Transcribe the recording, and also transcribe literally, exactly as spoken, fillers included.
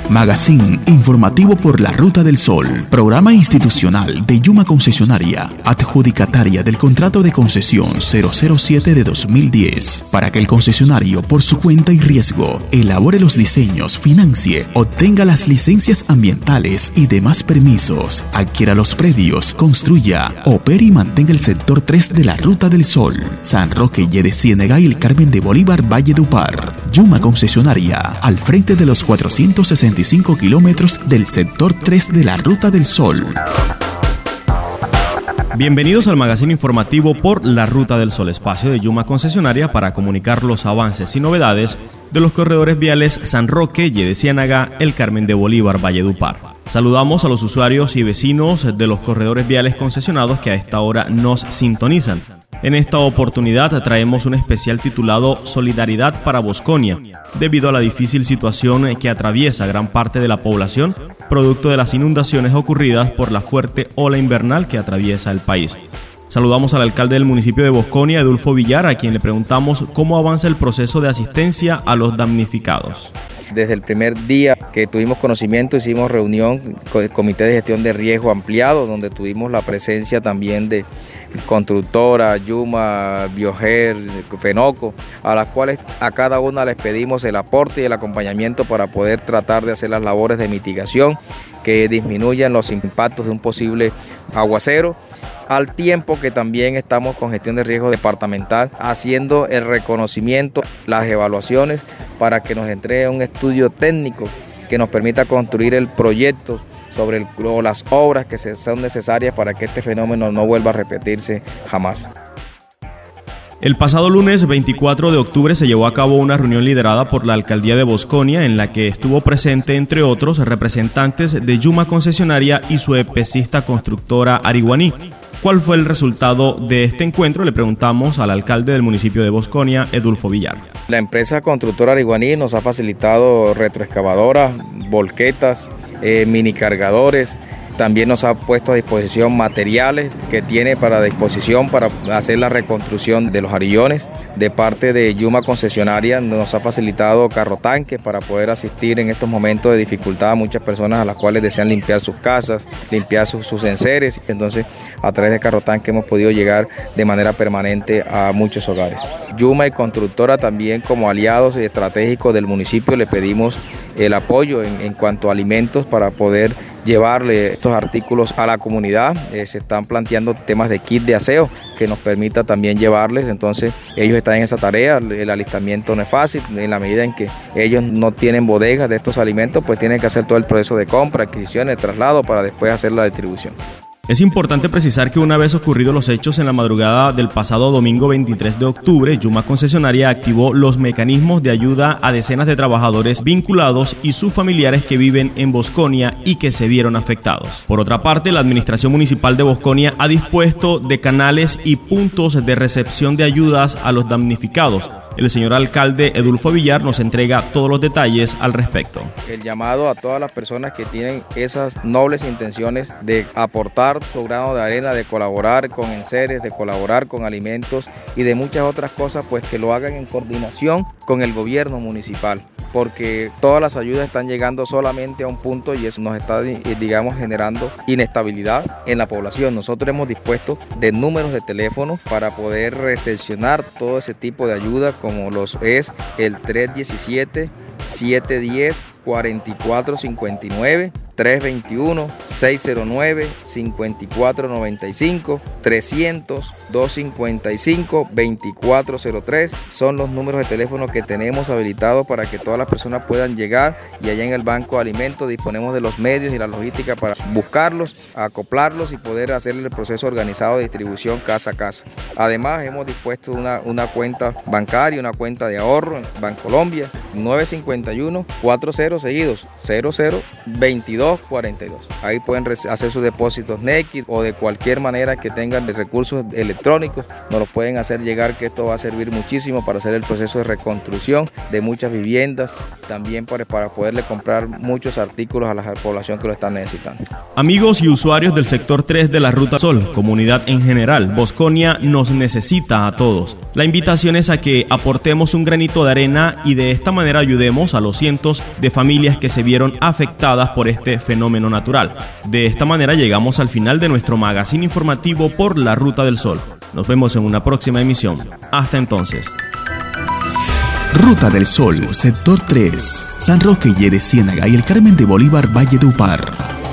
Magazine informativo por la Ruta del Sol. Programa institucional de Yuma Concesionaria, adjudicataria del contrato de concesión cero cero siete de dos mil diez, para que el concesionario, por su cuenta y riesgo, elabore los diseños, financie, obtenga las licencias ambientales y demás permisos, adquiera los predios, construya, opere y mantenga el sector tres de la Ruta del Sol, San Roque, Y de Ciénega y el Carmen de Bolívar, Valledupar. Yuma Concesionaria, al frente de los cuatrocientos sesenta y cinco kilómetros del sector tres de la Ruta del Sol. Bienvenidos al magazine informativo por la Ruta del Sol, espacio de Yuma Concesionaria para comunicar los avances y novedades de los corredores viales San Roque, Y de Ciénaga, el Carmen de Bolívar, Valledupar. Saludamos a los usuarios y vecinos de los corredores viales concesionados que a esta hora nos sintonizan. En esta oportunidad traemos un especial titulado Solidaridad para Bosconia, debido a la difícil situación que atraviesa gran parte de la población, producto de las inundaciones ocurridas por la fuerte ola invernal que atraviesa el país. Saludamos al alcalde del municipio de Bosconia, Edulfo Villar, a quien le preguntamos cómo avanza el proceso de asistencia a los damnificados. Desde el primer día que tuvimos conocimiento hicimos reunión con el Comité de Gestión de Riesgo Ampliado, donde tuvimos la presencia también de Constructora, Yuma, Bioger, Fenoco, a las cuales a cada una les pedimos el aporte y el acompañamiento para poder tratar de hacer las labores de mitigación que disminuyan los impactos de un posible aguacero, al tiempo que también estamos con gestión de riesgo departamental haciendo el reconocimiento, las evaluaciones para que nos entregue un estudio técnico que nos permita construir el proyecto sobre el, o las obras que se, son necesarias para que este fenómeno no vuelva a repetirse jamás. El pasado lunes veinticuatro de octubre se llevó a cabo una reunión liderada por la Alcaldía de Bosconia en la que estuvo presente, entre otros, representantes de Yuma Concesionaria y su EPCista constructora Ariguaní. ¿Cuál fue el resultado de este encuentro? Le preguntamos al alcalde del municipio de Bosconia, Edulfo Villar. La empresa constructora Ariguaní nos ha facilitado retroexcavadoras, volquetas, eh, mini cargadores. También nos ha puesto a disposición materiales que tiene para disposición para hacer la reconstrucción de los arillones. De parte de Yuma Concesionaria nos ha facilitado carrotanques para poder asistir en estos momentos de dificultad a muchas personas a las cuales desean limpiar sus casas, limpiar sus, sus enseres. Entonces, a través de carrotanques hemos podido llegar de manera permanente a muchos hogares. Yuma y Constructora también, como aliados estratégicos del municipio, le pedimos el apoyo en, en cuanto a alimentos para poder llevarle estos artículos a la comunidad. Eh, se están planteando temas de kit de aseo que nos permita también llevarles, entonces ellos están en esa tarea. El alistamiento no es fácil, en la medida en que ellos no tienen bodegas de estos alimentos, pues tienen que hacer todo el proceso de compra, adquisición, el traslado para después hacer la distribución. Es importante precisar que una vez ocurridos los hechos en la madrugada del pasado domingo veintitrés de octubre, Yuma Concesionaria activó los mecanismos de ayuda a decenas de trabajadores vinculados y sus familiares que viven en Bosconia y que se vieron afectados. Por otra parte, la Administración Municipal de Bosconia ha dispuesto de canales y puntos de recepción de ayudas a los damnificados. El señor alcalde Edulfo Villar nos entrega todos los detalles al respecto. El llamado a todas las personas que tienen esas nobles intenciones de aportar su grano de arena, de colaborar con enseres, de colaborar con alimentos y de muchas otras cosas, pues que lo hagan en coordinación con el gobierno municipal, porque todas las ayudas están llegando solamente a un punto y eso nos está, digamos, generando inestabilidad en la población. Nosotros hemos dispuesto de números de teléfono para poder recepcionar todo ese tipo de ayuda, como los es el tres diecisiete, siete diez, cuarenta y cuatro cincuenta y nueve, tres veintiuno, seis cero nueve, cincuenta y cuatro noventa y cinco, trescientos, doscientos cincuenta y cinco, veinticuatro cero tres. Son los números de teléfono que tenemos habilitados para que todas las personas puedan llegar, y allá en el Banco de Alimentos disponemos de los medios y la logística para buscarlos, acoplarlos y poder hacer el proceso organizado de distribución casa a casa. Además, hemos dispuesto una, una cuenta bancaria, una cuenta de ahorro en Bancolombia, nueve cincuenta y uno, cuarenta seguidos, cero cero veintidós cuarenta y dos. Ahí pueden hacer sus depósitos N E C I o de cualquier manera que tengan de recursos electrónicos, nos los pueden hacer llegar, que esto va a servir muchísimo para hacer el proceso de reconstrucción de muchas viviendas, también para, para poderle comprar muchos artículos a la población que lo están necesitando. Amigos y usuarios del sector tres de la Ruta Sol, comunidad en general, Bosconia nos necesita a todos. La invitación es a que aportemos un granito de arena y de esta manera ayudemos a los cientos de familias familias que se vieron afectadas por este fenómeno natural. De esta manera llegamos al final de nuestro magazine informativo por la Ruta del Sol. Nos vemos en una próxima emisión. Hasta entonces. Ruta del Sol, Sector tres, San Roque de Ciénaga y el Carmen de Bolívar, Valledupar.